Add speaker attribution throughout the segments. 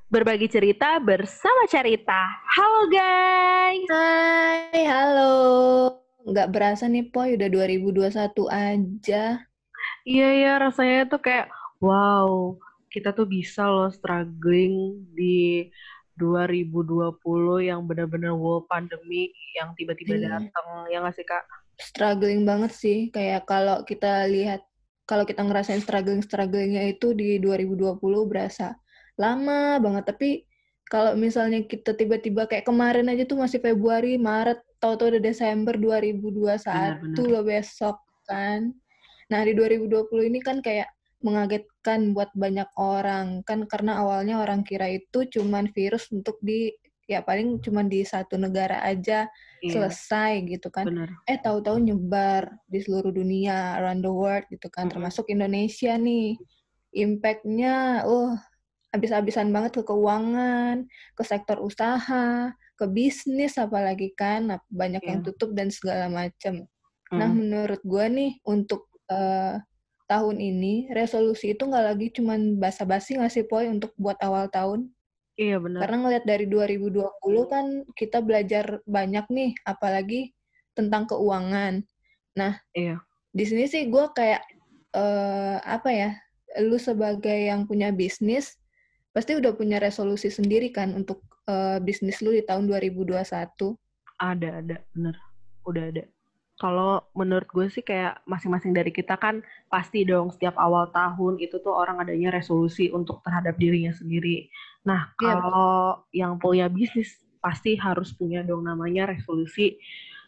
Speaker 1: Berbagi cerita bersama Carita. Halo guys.
Speaker 2: Hai, halo. Nggak berasa nih, Poy, udah 2021 aja.
Speaker 1: Iya ya, rasanya tuh kayak wow, kita tuh bisa loh struggling di 2020 yang benar-benar world pandemi yang tiba-tiba
Speaker 2: Iya,
Speaker 1: datang, ya nggak sih Kak?
Speaker 2: struggling banget sih. Kayak kalau kita ngerasain strugglingnya itu di 2020 berasa lama banget. Tapi kalau misalnya kita tiba-tiba kayak kemarin aja tuh masih Februari, Maret, tahu-tahu udah Desember 2021
Speaker 1: Benar-benar.
Speaker 2: loh besok kan. Nah, di 2020 ini kan kayak mengagetkan buat banyak orang. Kan karena awalnya orang kira itu cuman virus untuk ya paling cuman di satu negara aja
Speaker 1: Iya,
Speaker 2: selesai gitu kan.
Speaker 1: benar.
Speaker 2: Tahu-tahu nyebar di seluruh dunia, around the world gitu kan,
Speaker 1: Mm-mm.
Speaker 2: termasuk Indonesia nih. Impact-nya, habis-habisan banget ke keuangan, ke sektor usaha, ke bisnis apalagi kan, banyak yang
Speaker 1: Iya.
Speaker 2: tutup dan segala macam. Nah,
Speaker 1: Mm-mm.
Speaker 2: menurut gue nih, untuk tahun ini, resolusi itu nggak lagi cuman basa-basi nggak sih, Poy, untuk buat awal tahun?
Speaker 1: Iya benar.
Speaker 2: Karena ngelihat dari 2020 kan kita belajar banyak nih, apalagi tentang keuangan. Nah,
Speaker 1: Iya.
Speaker 2: di sini sih gue kayak, apa ya, lu sebagai yang punya bisnis, pasti udah punya resolusi sendiri kan untuk bisnis lu di tahun 2021.
Speaker 1: Ada, bener. Udah ada. Kalau menurut gue sih kayak masing-masing dari kita kan pasti dong setiap awal tahun itu tuh orang adanya resolusi untuk terhadap dirinya sendiri. Nah,
Speaker 2: Iya, betul.
Speaker 1: kalau yang punya bisnis pasti harus punya dong namanya resolusi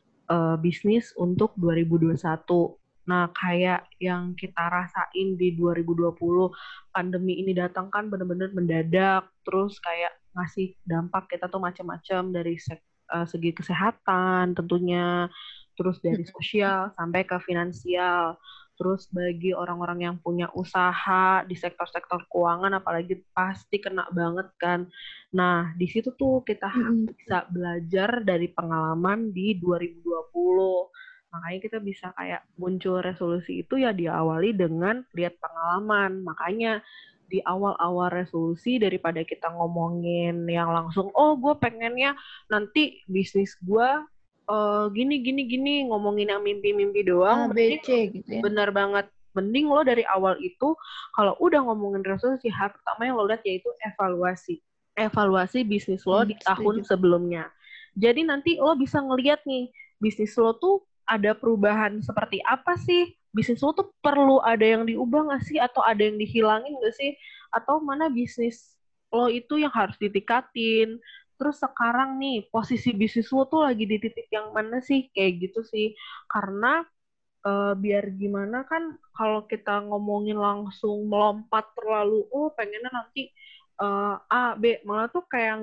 Speaker 1: bisnis untuk 2021. Nah, kayak yang kita rasain di 2020, pandemi ini datang kan bener-bener mendadak, terus kayak ngasih dampak kita tuh macam-macam dari segi kesehatan tentunya, terus dari sosial sampai ke finansial. Terus bagi orang-orang yang punya usaha di sektor-sektor keuangan apalagi pasti kena banget kan. Nah, di situ tuh kita
Speaker 2: Mm-mm.
Speaker 1: bisa belajar dari pengalaman di 2020. Makanya kita bisa kayak muncul resolusi itu ya diawali dengan lihat pengalaman. Makanya di awal-awal resolusi daripada kita ngomongin yang langsung, oh gue pengennya nanti bisnis gue gini gini gini ngomongin yang mimpi-mimpi doang,
Speaker 2: A, B,
Speaker 1: mending
Speaker 2: C gitu ya.
Speaker 1: benar banget. Mending lo dari awal itu kalau udah ngomongin resolusi, hal pertama yang lo lihat yaitu evaluasi. Evaluasi bisnis lo di tahun
Speaker 2: Setuju.
Speaker 1: sebelumnya. Jadi nanti lo bisa ngeliat nih, bisnis lo tuh ada perubahan seperti apa sih? Bisnis lo tuh perlu ada yang diubah nggak sih? Atau ada yang dihilangin nggak sih? Atau mana bisnis lo itu yang harus ditingkatin? Terus sekarang nih, posisi bisnis lo tuh lagi di titik yang mana sih? Kayak gitu sih. Karena biar gimana kan kalau kita ngomongin langsung melompat terlalu pengennya nanti A B malah tuh kayak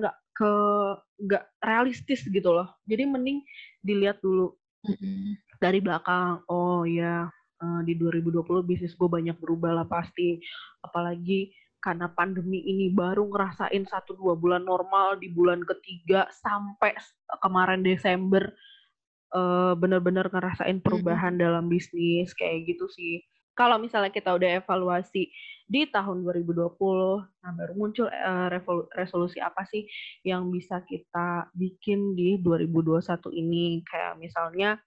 Speaker 1: nggak realistis gitu loh, jadi mending dilihat dulu
Speaker 2: Mm-mm.
Speaker 1: dari belakang. Oh ya, di 2020 bisnis gue banyak berubah lah pasti, apalagi karena pandemi ini baru ngerasain 1-2 bulan normal, di bulan ketiga sampai kemarin Desember benar-benar ngerasain
Speaker 2: Mm-mm.
Speaker 1: perubahan dalam bisnis kayak gitu sih. Kalau misalnya kita udah evaluasi di tahun 2020, nah baru muncul resolusi apa sih yang bisa kita bikin di 2021 ini. Kayak misalnya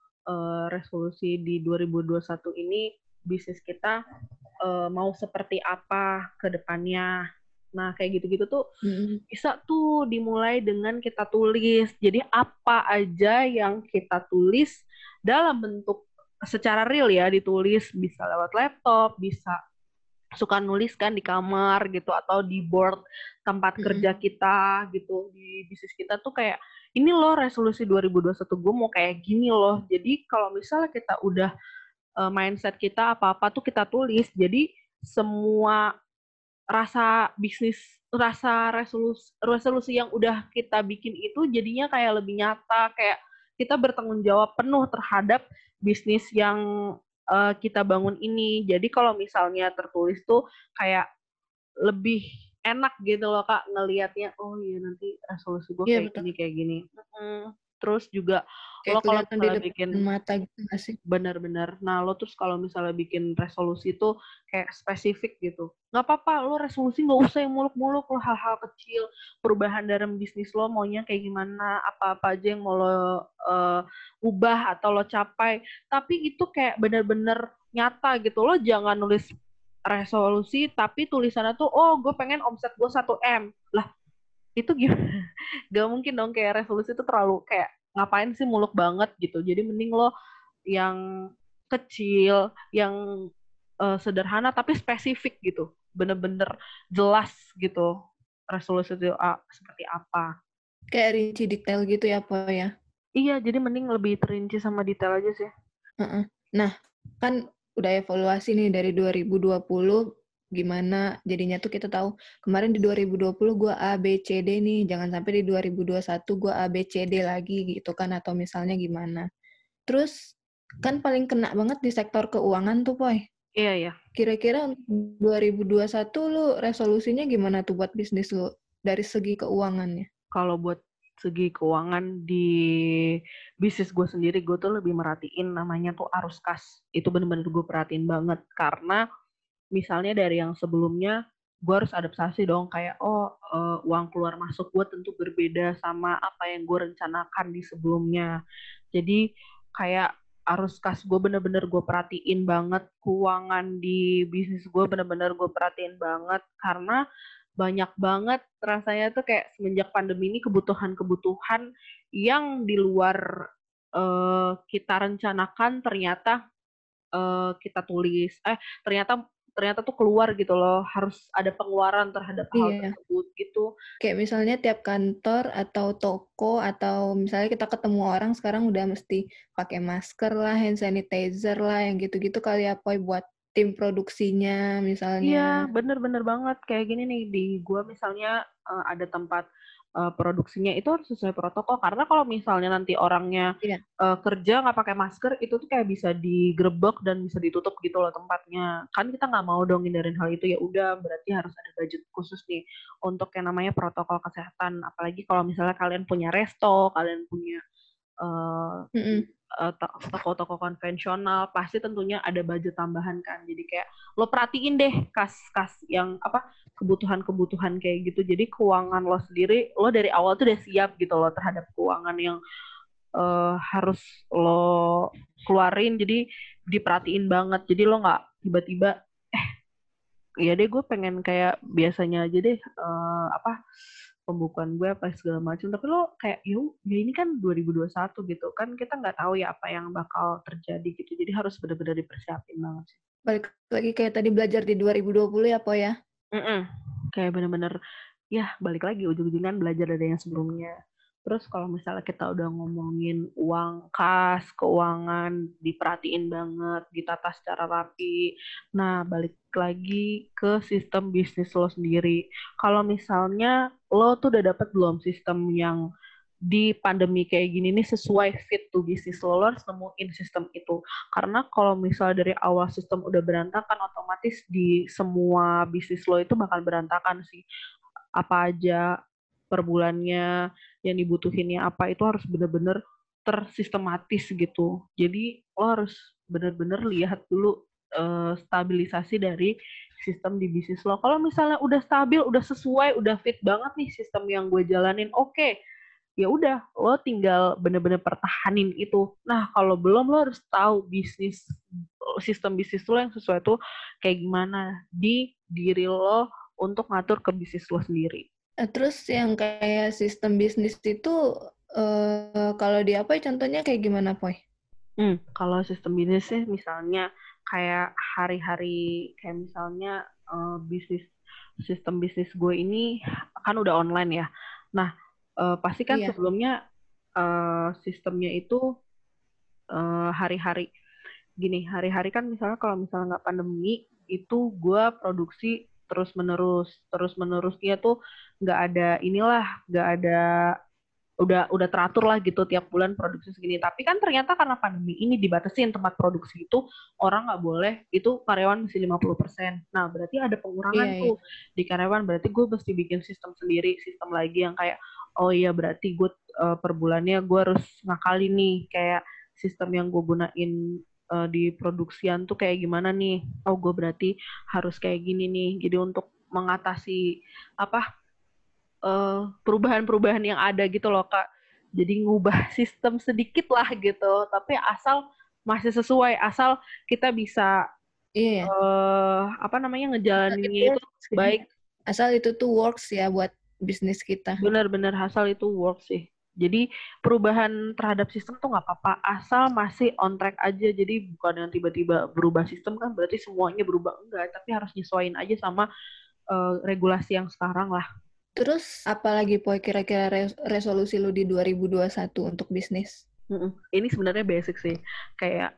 Speaker 1: resolusi di 2021 ini bisnis kita mau seperti apa ke depannya. Nah, kayak gitu-gitu tuh
Speaker 2: Mm-mm.
Speaker 1: bisa tuh dimulai dengan kita tulis. Jadi apa aja yang kita tulis dalam bentuk secara real ya ditulis, bisa lewat laptop, bisa suka nulis kan di kamar gitu atau di board tempat kerja
Speaker 2: Mm-mm.
Speaker 1: kita gitu. Di bisnis kita tuh kayak ini loh resolusi 2021 gue mau kayak gini loh. Jadi kalau misalnya kita udah mindset kita apa-apa tuh kita tulis. Jadi semua rasa bisnis, rasa resolusi yang udah kita bikin itu jadinya kayak lebih nyata, kayak kita bertanggung jawab penuh terhadap bisnis yang kita bangun ini. Jadi kalau misalnya tertulis tuh kayak lebih enak gitu loh Kak ngelihatnya. Oh iya nanti resolusi gue
Speaker 2: Iya,
Speaker 1: kayak
Speaker 2: betul.
Speaker 1: gini kayak gini. Terus juga
Speaker 2: Kayak
Speaker 1: lo kalau
Speaker 2: kelihatan di
Speaker 1: misalnya bikin
Speaker 2: depan mata gitu nggak sih?
Speaker 1: benar-benar, nah lo terus kalau misalnya bikin resolusi itu kayak spesifik gitu. Nggak apa-apa, lo resolusi nggak usah yang muluk-muluk, lo hal-hal kecil, perubahan dalam bisnis lo maunya kayak gimana, apa-apa aja yang mau lo ubah atau lo capai. Tapi itu kayak benar-benar nyata gitu. Lo jangan nulis resolusi, tapi tulisannya tuh, oh gue pengen omset gue 1 M. Lah, itu gimana? Gak mungkin dong, kayak resolusi itu terlalu kayak ngapain sih muluk banget gitu. Jadi mending lo yang kecil, yang sederhana tapi spesifik gitu. Bener-bener jelas gitu. Resolusi itu seperti apa.
Speaker 2: Kayak rinci detail gitu ya, Po ya?
Speaker 1: Iya, jadi mending lebih terinci sama detail aja sih.
Speaker 2: Heeh. Nah, kan udah evaluasi nih dari 2020 gimana jadinya tuh kita tahu kemarin di 2020 gue A, B, C, D nih, jangan sampai di 2021 gue A, B, C, D lagi gitu kan, atau misalnya gimana. Terus kan paling kena banget di sektor keuangan tuh, Poy.
Speaker 1: Iya, iya.
Speaker 2: Kira-kira untuk 2021 lu resolusinya gimana tuh buat bisnis lu dari segi keuangannya?
Speaker 1: Kalau buat segi keuangan di bisnis gue sendiri, gue tuh lebih merhatiin namanya tuh arus kas. Itu bener-bener gue perhatiin banget. Karena misalnya dari yang sebelumnya, gue harus adaptasi dong. Kayak, uang keluar masuk gue tentu berbeda sama apa yang gue rencanakan di sebelumnya. Jadi kayak arus kas gue bener-bener gue perhatiin banget. Keuangan di bisnis gue bener-bener gue perhatiin banget. Karena banyak banget rasanya tuh kayak semenjak pandemi ini kebutuhan-kebutuhan yang di luar kita rencanakan ternyata kita tulis ternyata ternyata tuh keluar gitu loh, harus ada pengeluaran terhadap hal
Speaker 2: Iya.
Speaker 1: tersebut gitu.
Speaker 2: Kayak misalnya tiap kantor atau toko atau misalnya kita ketemu orang sekarang udah mesti pakai masker lah, hand sanitizer lah, yang gitu-gitu kali ya, Poy, buat tim produksinya
Speaker 1: Iya,
Speaker 2: misalnya.
Speaker 1: bener-bener banget. Kayak gini nih, di gua misalnya ada tempat produksinya itu harus sesuai protokol. Karena kalau misalnya nanti orangnya
Speaker 2: Iya.
Speaker 1: kerja nggak pakai masker, itu tuh kayak bisa digerebek dan bisa ditutup gitu loh tempatnya. Kan kita nggak mau dong hindarin hal itu, ya udah berarti harus ada budget khusus nih untuk yang namanya protokol kesehatan. Apalagi kalau misalnya kalian punya resto, kalian punya eh,
Speaker 2: Mm-mm.
Speaker 1: toko-toko konvensional, pasti tentunya ada budget tambahan kan. Jadi kayak lo perhatiin deh kas-kas yang apa kebutuhan-kebutuhan kayak gitu. Jadi keuangan lo sendiri, lo dari awal tuh udah siap gitu loh terhadap keuangan yang harus lo keluarin. Jadi diperhatiin banget. Jadi lo nggak tiba-tiba ya deh gue pengen kayak biasanya aja deh apa pembukuan gue apa segala macam, tapi lo kayak ya ini kan 2021 gitu kan, kita nggak tahu ya apa yang bakal terjadi gitu, jadi harus benar-benar dipersiapin banget sih.
Speaker 2: Balik lagi kayak tadi belajar di 2020 ya, Poy ya?
Speaker 1: Mm-mm. Kayak bener-bener ya balik lagi ujung-ujungnya belajar dari yang sebelumnya. Terus kalau misalnya kita udah ngomongin uang kas, keuangan, diperhatiin banget, ditata secara rapi. Nah, balik lagi ke sistem bisnis lo sendiri. Kalau misalnya lo tuh udah dapet belum sistem yang di pandemi kayak gini nih sesuai fit to bisnis lo harus nemuin sistem itu. Karena kalau misalnya dari awal sistem udah berantakan, otomatis di semua bisnis lo itu bakal berantakan sih. Apa aja per bulannya yang dibutuhinnya apa itu harus bener-bener tersistematis gitu. Jadi lo harus bener-bener lihat dulu stabilisasi dari sistem di bisnis lo. Kalau misalnya udah stabil, udah sesuai, udah fit banget nih sistem yang gue jalanin, oke, ya udah lo tinggal bener-bener pertahanin itu. Nah kalau belum, lo harus tahu sistem bisnis lo yang sesuai tuh kayak gimana di diri lo untuk ngatur ke bisnis lo sendiri.
Speaker 2: Terus yang kayak sistem bisnis itu kalau di apa contohnya kayak gimana, Poy?
Speaker 1: Kalau sistem bisnisnya misalnya kayak hari-hari kayak misalnya bisnis sistem bisnis gue ini kan udah online ya. Nah pasti kan
Speaker 2: Iya.
Speaker 1: sebelumnya sistemnya itu hari-hari gini, hari-hari kan misalnya kalau misalnya nggak pandemi itu gue produksi terus menerus terus menerusnya tuh nggak ada inilah, nggak ada udah teratur lah gitu tiap bulan produksi segini. Tapi kan ternyata karena pandemi ini dibatasin tempat produksi itu orang nggak boleh, itu karyawan mesti 50%. Nah, berarti ada
Speaker 2: Iya,
Speaker 1: pengurangan
Speaker 2: iya.
Speaker 1: tuh di karyawan. Berarti gue mesti bikin sistem sendiri, sistem lagi yang kayak, oh iya berarti gue per bulannya gue harus ngakali nih kayak sistem yang gue gunain di produksian tuh kayak gimana nih. Oh, gue berarti harus kayak gini nih. Jadi untuk mengatasi apa perubahan-perubahan yang ada gitu loh Kak. Jadi ngubah sistem sedikit lah gitu, tapi asal masih sesuai, asal kita bisa
Speaker 2: Iya ya.
Speaker 1: apa namanya
Speaker 2: Asal it
Speaker 1: ngejalaninnya itu
Speaker 2: works ya.
Speaker 1: baik.
Speaker 2: Asal itu tuh works ya buat bisnis kita.
Speaker 1: Benar-benar asal itu work sih. Jadi perubahan terhadap sistem tuh nggak apa-apa, asal masih on track aja. Jadi bukan yang tiba-tiba berubah sistem kan berarti semuanya berubah, enggak, tapi harus nyesuaiin aja sama regulasi yang sekarang lah.
Speaker 2: Terus apalagi Poy kira-kira resolusi lu di 2021 untuk bisnis?
Speaker 1: Ini sebenarnya basic sih, kayak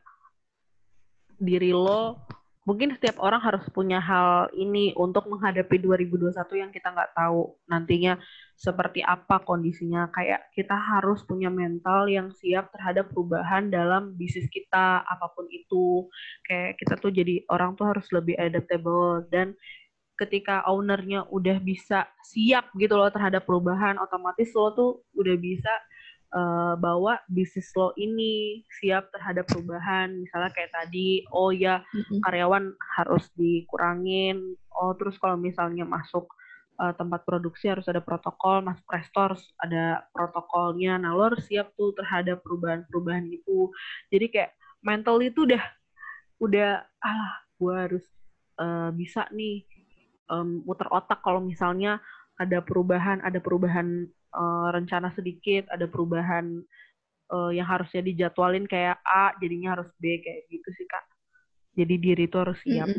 Speaker 1: diri lo, mungkin setiap orang harus punya hal ini untuk menghadapi 2021 yang kita nggak tahu nantinya seperti apa kondisinya. Kayak kita harus punya mental yang siap terhadap perubahan dalam bisnis kita, apapun itu. Kayak kita tuh jadi orang tuh harus lebih adaptable, dan ketika ownernya udah bisa siap gitu loh terhadap perubahan, otomatis lo tuh udah bisa bawa bisnis lo ini siap terhadap perubahan. Misalnya kayak tadi, oh ya karyawan harus dikurangin. Oh terus kalau misalnya masuk tempat produksi harus ada protokol, masuk restoran ada protokolnya. Nah lo harus siap tuh terhadap perubahan-perubahan itu. Jadi kayak mental itu udah gue harus bisa nih muter otak kalau misalnya ada perubahan rencana sedikit, ada perubahan yang harusnya dijadwalin kayak A jadinya harus B, kayak gitu sih Kak. Jadi diri itu harus siap.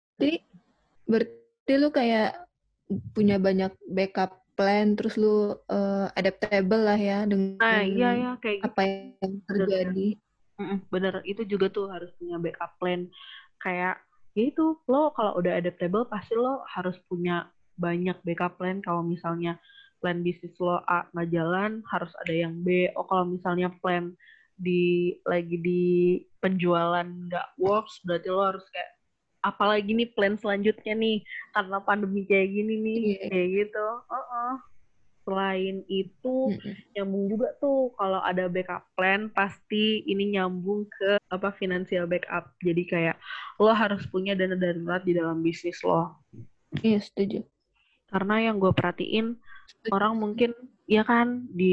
Speaker 2: Berarti lu kayak punya banyak backup plan, terus lu adaptable lah ya
Speaker 1: Nah
Speaker 2: dengan
Speaker 1: iya ya kayak gitu.
Speaker 2: apa yang
Speaker 1: Bener-bener.
Speaker 2: terjadi.
Speaker 1: Bener, itu juga tuh harus punya backup plan. Kayak ya itu, lo kalau udah adaptable pasti lo harus punya banyak backup plan. Kalau misalnya plan bisnis lo A nggak jalan, harus ada yang B. Oh kalau misalnya plan lagi di penjualan nggak works, berarti lo harus kayak apalagi nih plan selanjutnya nih karena pandemi kayak gini nih,
Speaker 2: Iya.
Speaker 1: kayak gitu. Selain itu nyambung juga tuh kalau ada backup plan pasti ini nyambung ke apa financial backup. Jadi kayak lo harus punya dana darurat di dalam bisnis lo.
Speaker 2: Iya, setuju.
Speaker 1: Karena yang gue perhatiin orang mungkin ya kan di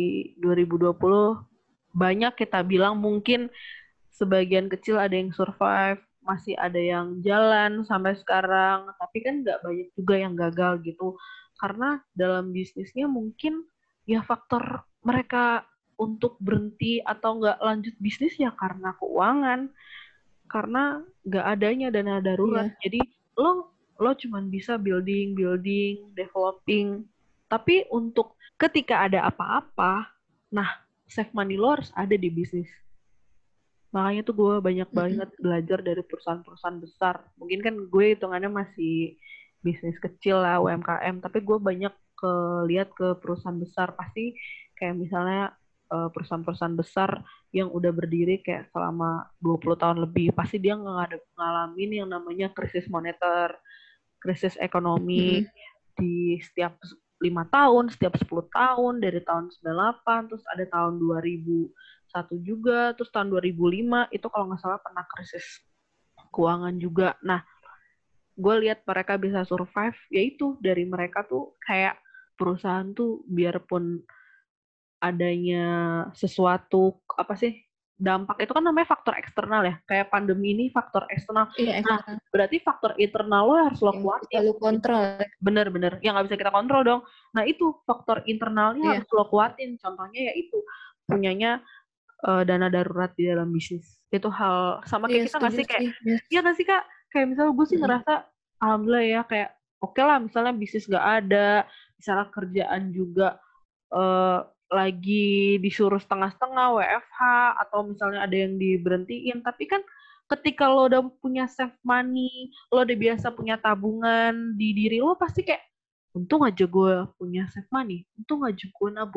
Speaker 1: 2020 banyak kita bilang mungkin sebagian kecil ada yang survive, masih ada yang jalan sampai sekarang, tapi kan nggak banyak juga yang gagal gitu. Karena dalam bisnisnya mungkin ya faktor mereka untuk berhenti atau nggak lanjut bisnis ya karena keuangan, karena nggak adanya dana darurat.
Speaker 2: Iya.
Speaker 1: Jadi lo cuman bisa building, building, developing. Tapi untuk ketika ada apa-apa, nah save money lo harus ada di bisnis. Makanya tuh gue banyak banget belajar dari perusahaan-perusahaan besar. Mungkin kan gue hitungannya masih bisnis kecil lah, UMKM, tapi gue banyak lihat ke perusahaan besar. Pasti kayak misalnya perusahaan-perusahaan besar yang udah berdiri kayak selama 20 tahun lebih, pasti dia ngalamin yang namanya krisis moneter, krisis ekonomi di setiap 5 tahun, setiap 10 tahun, dari tahun 98, terus ada tahun 2001 juga, terus tahun 2005, itu kalau nggak salah pernah krisis keuangan juga. Nah, gue lihat mereka bisa survive, yaitu dari mereka tuh kayak perusahaan tuh biarpun adanya sesuatu, apa sih, dampak itu kan namanya faktor eksternal ya, kayak pandemi ini faktor eksternal.
Speaker 2: Iya,
Speaker 1: Nah, berarti faktor internal lo harus lo
Speaker 2: yang bisa
Speaker 1: kuatin.
Speaker 2: lu kontrol.
Speaker 1: Bener-bener, yang nggak bisa kita kontrol dong. Nah itu faktor internalnya
Speaker 2: Iya.
Speaker 1: harus lo kuatin. Contohnya yaitu punyanya dana darurat di dalam bisnis. Itu hal sama
Speaker 2: Iya,
Speaker 1: kayak kita nggak
Speaker 2: setuju
Speaker 1: sih, kayak,
Speaker 2: sih. Yes.
Speaker 1: iya nggak sih Kak? Kayak misalnya gue sih ngerasa, alhamdulillah ya, kayak oke lah misalnya bisnis nggak ada, misalnya kerjaan juga eh, lagi disuruh setengah-setengah WFH, atau misalnya ada yang diberhentiin, tapi kan ketika lo udah punya save money, lo udah biasa punya tabungan di diri lo, pasti kayak untung aja gue punya save money, untung aja gue nabung.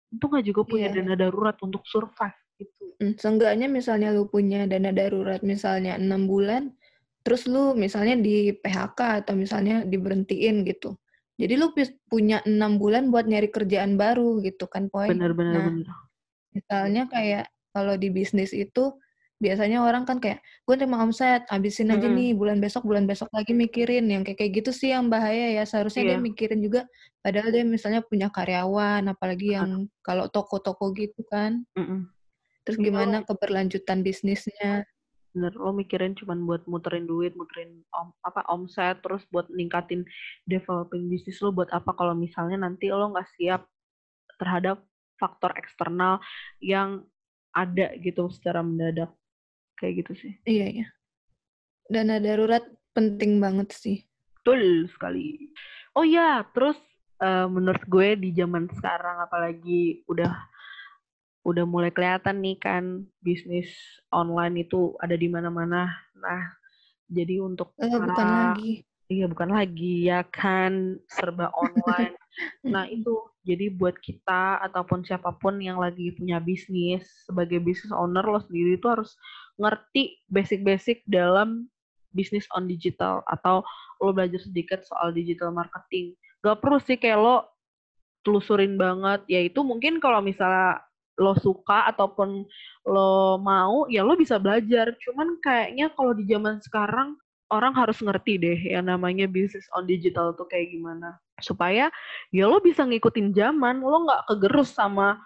Speaker 1: Untung nggak juga punya
Speaker 2: Iya.
Speaker 1: dana darurat untuk survive gitu.
Speaker 2: Seenggaknya misalnya lu punya dana darurat misalnya 6 bulan, terus lu misalnya di PHK atau misalnya diberhentiin gitu. Jadi lu punya 6 bulan buat nyari kerjaan baru gitu kan, Poy.
Speaker 1: Bener bener
Speaker 2: Nah,
Speaker 1: bener.
Speaker 2: misalnya kayak kalau di bisnis itu biasanya orang kan kayak, gue terima omset, habisin aja
Speaker 1: Mm-mm.
Speaker 2: nih bulan besok lagi mikirin. Yang kayak gitu sih yang bahaya ya. Seharusnya dia
Speaker 1: Iya,
Speaker 2: mikirin juga, padahal dia misalnya punya karyawan, apalagi
Speaker 1: bener.
Speaker 2: yang kalau toko-toko gitu kan.
Speaker 1: Mm-mm.
Speaker 2: Terus
Speaker 1: Iya
Speaker 2: gimana
Speaker 1: lo
Speaker 2: keberlanjutan bisnisnya?
Speaker 1: bener, lo mikirin cuman buat muterin duit, muterin omset, terus buat ningkatin developing bisnis lo buat apa kalau misalnya nanti lo nggak siap terhadap faktor eksternal yang ada gitu secara mendadak kayak gitu sih.
Speaker 2: Iya, iya. Dana darurat penting banget sih.
Speaker 1: Betul sekali. Oh ya, terus menurut gue di zaman sekarang apalagi udah mulai kelihatan nih kan bisnis online itu ada di mana-mana. Nah, jadi untuk
Speaker 2: Bukan
Speaker 1: para
Speaker 2: lagi.
Speaker 1: iya bukan lagi ya kan serba online. Nah,
Speaker 2: Mm.
Speaker 1: itu jadi buat kita ataupun siapapun yang lagi punya bisnis sebagai business owner lo sendiri itu harus ngerti basic-basic dalam bisnis on digital atau lo belajar sedikit soal digital marketing. Gak perlu sih kayak lo telusurin banget, yaitu mungkin kalau misalnya lo suka ataupun lo mau, ya lo bisa belajar. Cuman kayaknya kalau di zaman sekarang, orang harus ngerti deh yang namanya bisnis on digital tuh kayak gimana. Supaya ya lo bisa ngikutin zaman, lo nggak kegerus sama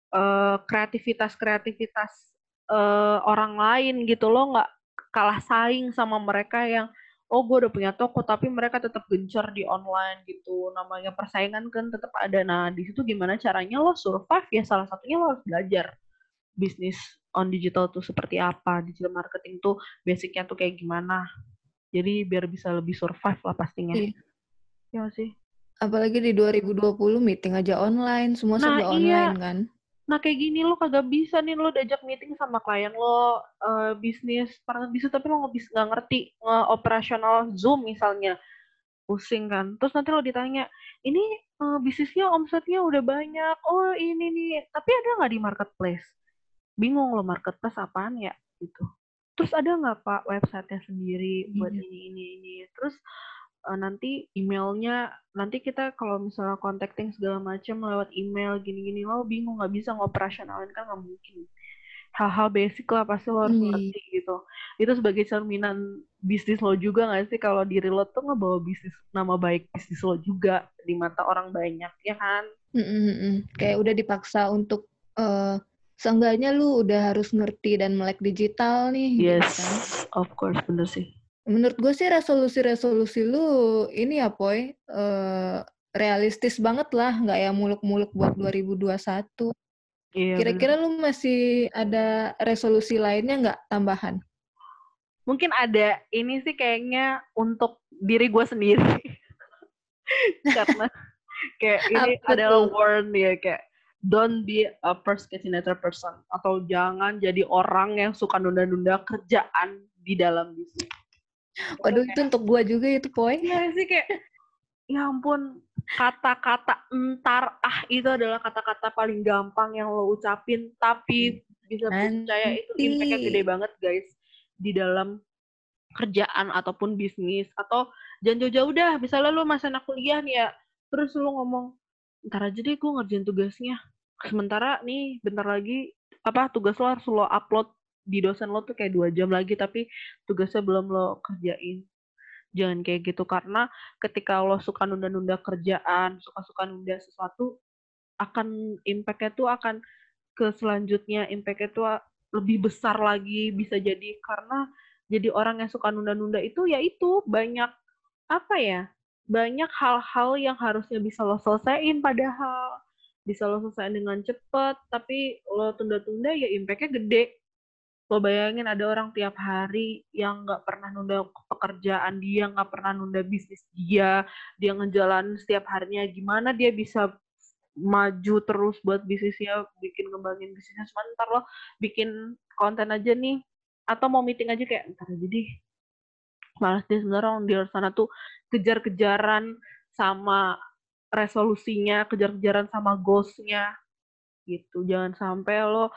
Speaker 1: kreativitas-kreativitas orang lain gitu. Lo nggak kalah saing sama mereka yang oh gue udah punya toko tapi mereka tetap gencar di online gitu, namanya persaingan kan tetap ada. Nah di situ gimana caranya lo survive, ya salah satunya lo harus belajar bisnis on digital tuh seperti apa, digital marketing tuh basicnya tuh kayak gimana, jadi biar bisa lebih survive lah pastinya
Speaker 2: Iya.
Speaker 1: ya sih.
Speaker 2: Apalagi di 2020 meeting aja online, semua
Speaker 1: Nah
Speaker 2: serba
Speaker 1: iya,
Speaker 2: online kan.
Speaker 1: nah kayak gini lo kagak bisa nih lo diajak meeting sama klien lo, bisnis partner bisnis tapi lo nggak ngerti operasional Zoom misalnya, pusing kan. Terus nanti lo ditanya, ini bisnisnya omsetnya udah banyak, oh ini nih, tapi ada nggak di marketplace? Bingung lo marketplace apaan ya gitu. Terus ada nggak pak websitenya sendiri buat
Speaker 2: Iya.
Speaker 1: ini. Terus nanti emailnya, nanti kita kalau misalnya contacting segala macam lewat email gini-gini, lo bingung nggak bisa ngoperasionalin kan nggak mungkin. Hal-hal basic lah pasti lo harus
Speaker 2: Iya.
Speaker 1: ngerti gitu. Itu sebagai cerminan bisnis lo juga nggak sih kalau diri lo tuh ngebawa bisnis, nama baik bisnis lo juga di mata orang banyak ya kan?
Speaker 2: Kayak udah dipaksa untuk seenggaknya lu udah harus ngerti dan melek digital nih gitu
Speaker 1: Yes,
Speaker 2: kan.
Speaker 1: of course bener sih.
Speaker 2: Menurut gue sih resolusi-resolusi lu ini ya, Poy, realistis banget lah, nggak yang muluk-muluk buat 2021.
Speaker 1: Iya bener.
Speaker 2: Kira-kira lu masih ada resolusi lainnya nggak tambahan?
Speaker 1: Mungkin ada ini sih kayaknya untuk diri gue sendiri karena kayak ini
Speaker 2: Apa
Speaker 1: adalah
Speaker 2: tuh?
Speaker 1: warn ya, kayak don't be a procrastinator person atau jangan jadi orang yang suka nunda-nunda kerjaan di dalam bisnis. Itu
Speaker 2: Waduh, itu
Speaker 1: kayak
Speaker 2: untuk gua juga itu, Poy.
Speaker 1: iya sih kayak ya ampun, kata-kata entar itu adalah kata-kata paling gampang yang lo ucapin, tapi bisa percaya itu
Speaker 2: Nanti.
Speaker 1: impact-nya gede banget guys di dalam kerjaan ataupun bisnis. Atau jangan jauh-jauh dah, misalnya lo masih anak kuliah nih ya, terus lo ngomong ntar aja deh gue ngerjain tugasnya, sementara nih bentar lagi apa tugas lo harus lo upload di dosen lo tuh kayak 2 jam lagi tapi tugasnya belum lo kerjain. Jangan kayak gitu, karena ketika lo suka nunda-nunda kerjaan, suka-suka nunda sesuatu, akan impact-nya tuh akan ke selanjutnya, impact-nya tuh lebih besar lagi bisa jadi, karena jadi orang yang suka nunda-nunda itu ya itu banyak apa ya? Banyak hal-hal yang harusnya bisa lo selesaiin padahal bisa lo selesaiin dengan cepat, tapi lo tunda-tunda ya impact-nya gede. Lo bayangin ada orang tiap hari yang nggak pernah nunda pekerjaan dia, nggak pernah nunda bisnis dia ngejalanin setiap harinya, gimana dia bisa maju terus buat bisnisnya, bikin ngembangin bisnisnya. Sebentar lo bikin konten aja nih, atau mau meeting aja kayak ntar aja deh. Malas deh sebenarnya orang di luar sana tuh kejar-kejaran sama resolusinya, kejar-kejaran sama goals-nya. gitu. Jangan sampai lo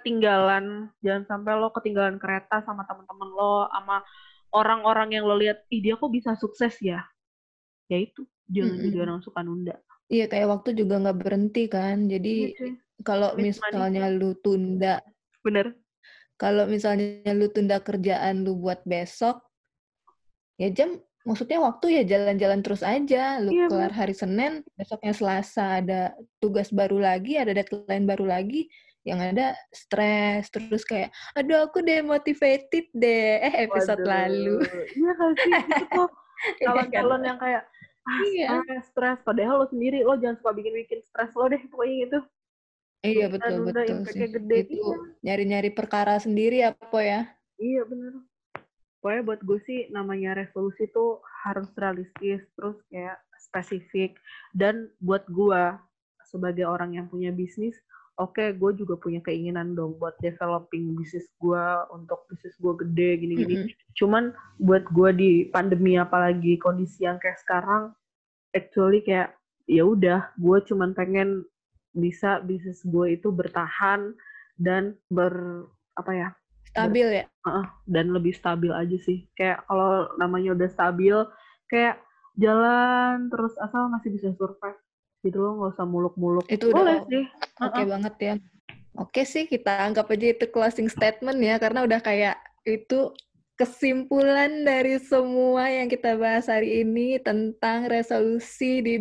Speaker 1: ketinggalan kereta sama teman-teman lo, sama orang-orang yang lo lihat, ih dia kok bisa sukses ya. Ya itu, jangan jadi orang suka nunda.
Speaker 2: Iya, kayak waktu juga nggak berhenti kan. Jadi
Speaker 1: Iya cuy.
Speaker 2: kalau
Speaker 1: Waste money.
Speaker 2: misalnya lu tunda,
Speaker 1: Bener.
Speaker 2: kalau misalnya lu tunda kerjaan lu buat besok, ya maksudnya waktu ya jalan-jalan terus aja. Lu
Speaker 1: Iya
Speaker 2: kelar
Speaker 1: bener.
Speaker 2: hari Senin, besoknya Selasa ada tugas baru lagi, ada deadline baru lagi, yang ada stres, terus kayak, aduh aku demotivated deh, episode lalu.
Speaker 1: Waduh, iya gak sih? Itu tuh
Speaker 2: Iya kan?
Speaker 1: calon-calon yang kayak,
Speaker 2: Iya.
Speaker 1: stres. Padahal lo sendiri, lo jangan suka bikin-bikin stres lo deh, pokoknya gitu.
Speaker 2: Iya,
Speaker 1: Nunda-nunda
Speaker 2: betul sih.
Speaker 1: impact-nya gede.
Speaker 2: Itu
Speaker 1: Iya.
Speaker 2: nyari-nyari perkara sendiri apa ya?
Speaker 1: Iya bener. Pokoknya buat gue sih namanya resolusi tuh harus realistis, terus kayak spesifik. Dan buat gue sebagai orang yang punya bisnis, oke, gue juga punya keinginan dong buat developing bisnis gue, untuk bisnis gue gede gini-gini. Cuman buat gue di pandemi apalagi kondisi yang kayak sekarang, actually kayak ya udah, gue cuman pengen bisa bisnis gue itu bertahan dan
Speaker 2: Stabil ya?
Speaker 1: dan lebih stabil aja sih. Kayak kalau namanya udah stabil, kayak jalan terus asal masih bisa survive. Gitu loh, nggak usah muluk-muluk.
Speaker 2: Itu
Speaker 1: Boleh
Speaker 2: udah
Speaker 1: sih.
Speaker 2: oke banget ya. Oke sih, kita anggap aja itu closing statement ya, karena udah kayak itu kesimpulan dari semua yang kita bahas hari ini tentang resolusi di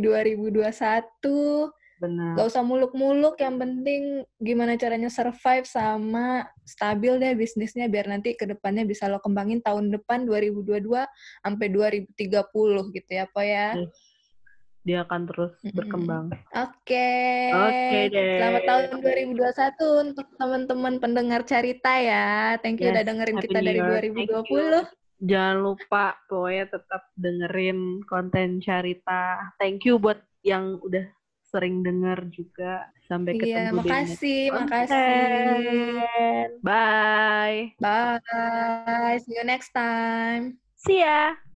Speaker 2: 2021.
Speaker 1: Benar.
Speaker 2: Gak usah muluk-muluk, yang penting gimana caranya survive sama stabil deh bisnisnya, biar nanti ke depannya bisa lo kembangin tahun depan 2022 sampai 2030 gitu ya, Po ya.
Speaker 1: Dia akan terus berkembang.
Speaker 2: Oke
Speaker 1: deh.
Speaker 2: Selamat tahun 2021 untuk teman-teman pendengar Carita ya. Thank you udah dengerin
Speaker 1: Happy
Speaker 2: kita
Speaker 1: New
Speaker 2: dari
Speaker 1: Year.
Speaker 2: 2020.
Speaker 1: Jangan lupa pokoknya tetap dengerin konten Carita. Thank you buat yang udah sering denger juga. Sampai ketemu di next
Speaker 2: Makasih.
Speaker 1: Bye.
Speaker 2: Bye. See you next time.
Speaker 1: See ya.